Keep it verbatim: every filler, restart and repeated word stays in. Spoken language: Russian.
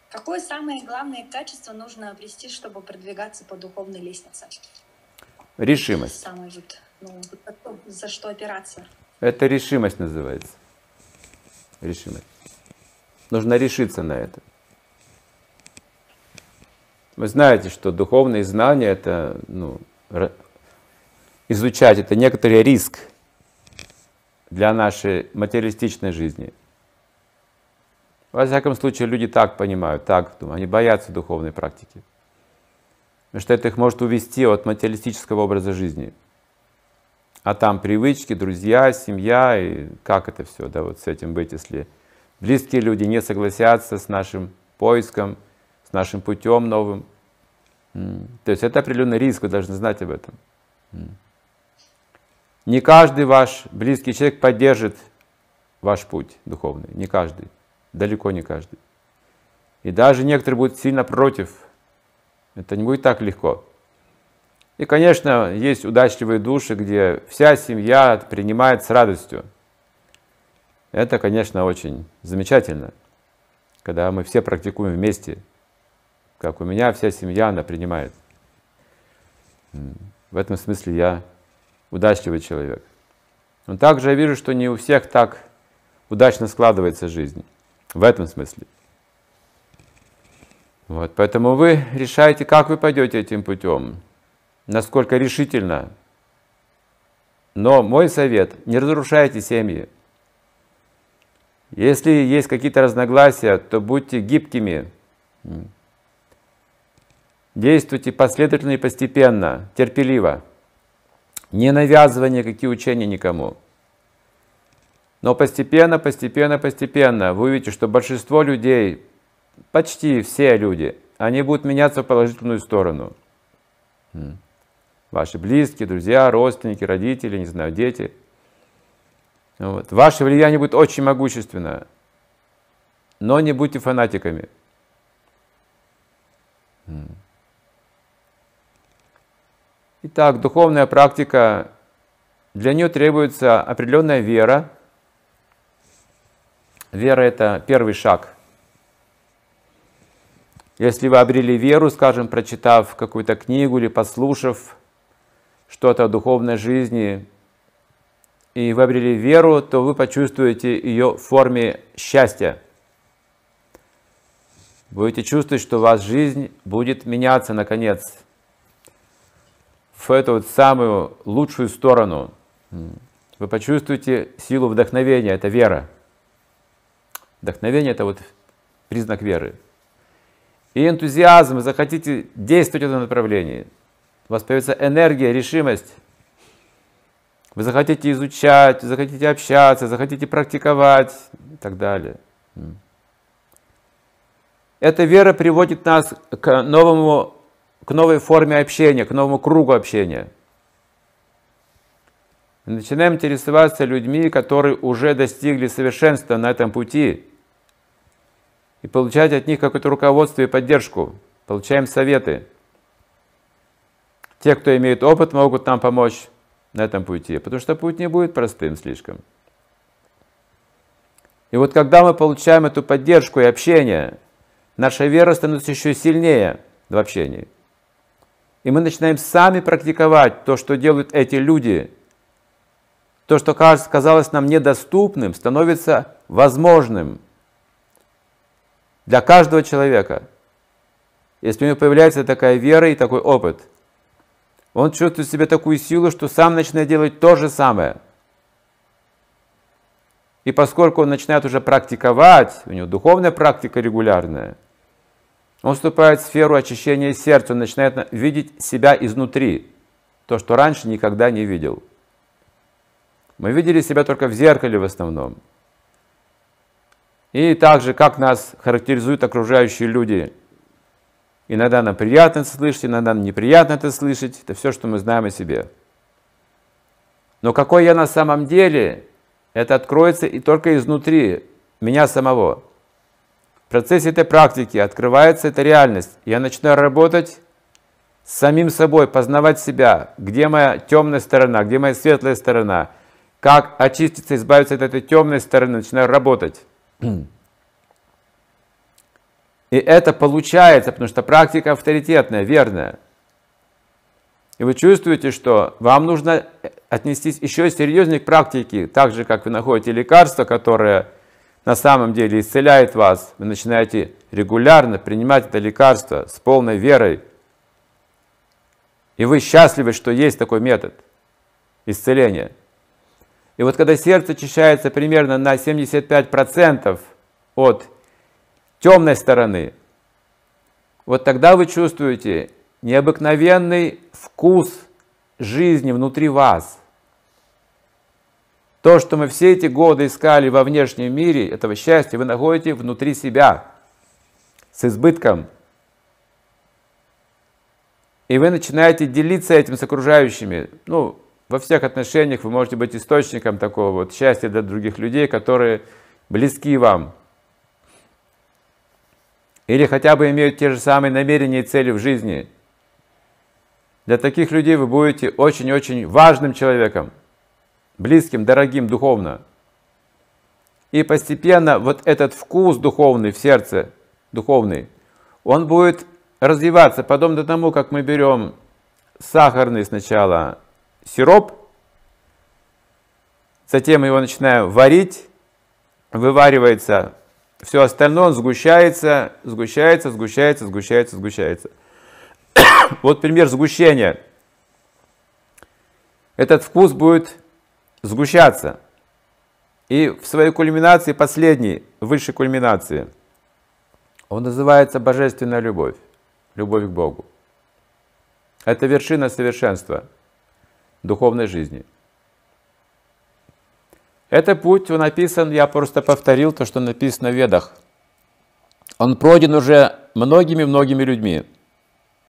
Какое самое главное качество нужно обрести, чтобы продвигаться по духовной лестнице? Решимость. Самое вот, ну, за что опираться? Это решимость называется. Решимость. Нужно решиться на это. Вы знаете, что духовные знания, это, ну, изучать, это некоторый риск для нашей материалистичной жизни. Во всяком случае, люди так понимают, так думают, они боятся духовной практики. Потому что это их может увести от материалистического образа жизни. А там привычки, друзья, семья, и как это все, да, вот с этим быть, если близкие люди не согласятся с нашим поиском, с нашим путем новым. То есть это определенный риск, вы должны знать об этом. Не каждый ваш близкий человек поддержит ваш путь духовный, не каждый, далеко не каждый. И даже некоторые будут сильно против, это не будет так легко. И, конечно, есть удачливые души, где вся семья принимает с радостью. Это, конечно, очень замечательно, когда мы все практикуем вместе, как у меня вся семья, она принимает. В этом смысле я удачливый человек. Но также я вижу, что не у всех так удачно складывается жизнь. В этом смысле. Вот, поэтому вы решаете, как вы пойдете этим путем, насколько решительно. Но мой совет: не разрушайте семьи. Если есть какие-то разногласия, то будьте гибкими. Действуйте последовательно и постепенно, терпеливо. Не навязывая никакие учения никому. Но постепенно, постепенно, постепенно вы увидите, что большинство людей, почти все люди, они будут меняться в положительную сторону. Ваши близкие, друзья, родственники, родители, не знаю, дети. Вот. Ваше влияние будет очень могущественно, но не будьте фанатиками. Итак, духовная практика, для нее требуется определенная вера. Вера — это первый шаг. Если вы обрели веру, скажем, прочитав какую-то книгу или послушав что-то о духовной жизни, и вы обрели веру, то вы почувствуете ее в форме счастья. Будете чувствовать, что у вас жизнь будет меняться наконец в эту вот самую лучшую сторону. Вы почувствуете силу вдохновения, это вера. Вдохновение — это вот признак веры. И энтузиазм, вы захотите действовать в этом направлении. У вас появится энергия, решимость. Вы захотите изучать, захотите общаться, захотите практиковать и так далее. Эта вера приводит нас к новому, к новой форме общения, к новому кругу общения. Мы начинаем интересоваться людьми, которые уже достигли совершенства на этом пути, и получать от них какое-то руководство и поддержку. Получаем советы. Те, кто имеет опыт, могут нам помочь на этом пути, потому что путь не будет простым слишком. И вот когда мы получаем эту поддержку и общение, наша вера становится еще сильнее в общении. И мы начинаем сами практиковать то, что делают эти люди. То, что казалось нам недоступным, становится возможным для каждого человека. Если у него появляется такая вера и такой опыт, он чувствует в себе такую силу, что сам начинает делать то же самое. И поскольку он начинает уже практиковать, у него духовная практика регулярная, он вступает в сферу очищения сердца, он начинает видеть себя изнутри, то, что раньше никогда не видел. Мы видели себя только в зеркале в основном. И также, как нас характеризуют окружающие люди. Иногда нам приятно это слышать, иногда нам неприятно это слышать. Это все, что мы знаем о себе. Но какой я на самом деле, это откроется и только изнутри меня самого. В процессе этой практики открывается эта реальность. Я начинаю работать с самим собой, познавать себя. Где моя темная сторона, где моя светлая сторона. Как очиститься, избавиться от этой темной стороны, начинаю работать. И И это получается, потому что практика авторитетная, верная. И вы чувствуете, что вам нужно отнестись еще серьезнее к практике, так же, как вы находите лекарство, которое на самом деле исцеляет вас. Вы начинаете регулярно принимать это лекарство с полной верой. И вы счастливы, что есть такой метод исцеления. И вот когда сердце очищается примерно на семьдесят пять процентов от темной стороны, вот тогда вы чувствуете необыкновенный вкус жизни внутри вас. То, что мы все эти годы искали во внешнем мире, этого счастья, вы находите внутри себя с избытком. И вы начинаете делиться этим с окружающими. Ну, во всех отношениях вы можете быть источником такого вот счастья для других людей, которые близки вам. Или хотя бы имеют те же самые намерения и цели в жизни. Для таких людей вы будете очень-очень важным человеком, близким, дорогим духовно. И постепенно вот этот вкус духовный в сердце, духовный, он будет развиваться, подобно тому, как мы берем сахарный сначала сироп, затем мы его начинаем варить, вываривается, все остальное, он сгущается, сгущается, сгущается, сгущается, сгущается. Вот пример сгущения. Этот вкус будет сгущаться. И в своей кульминации, последней, высшей кульминации, он называется божественная любовь, любовь к Богу. Это вершина совершенства духовной жизни. Это путь, он написан, я просто повторил то, что написано в Ведах. Он пройден уже многими-многими людьми.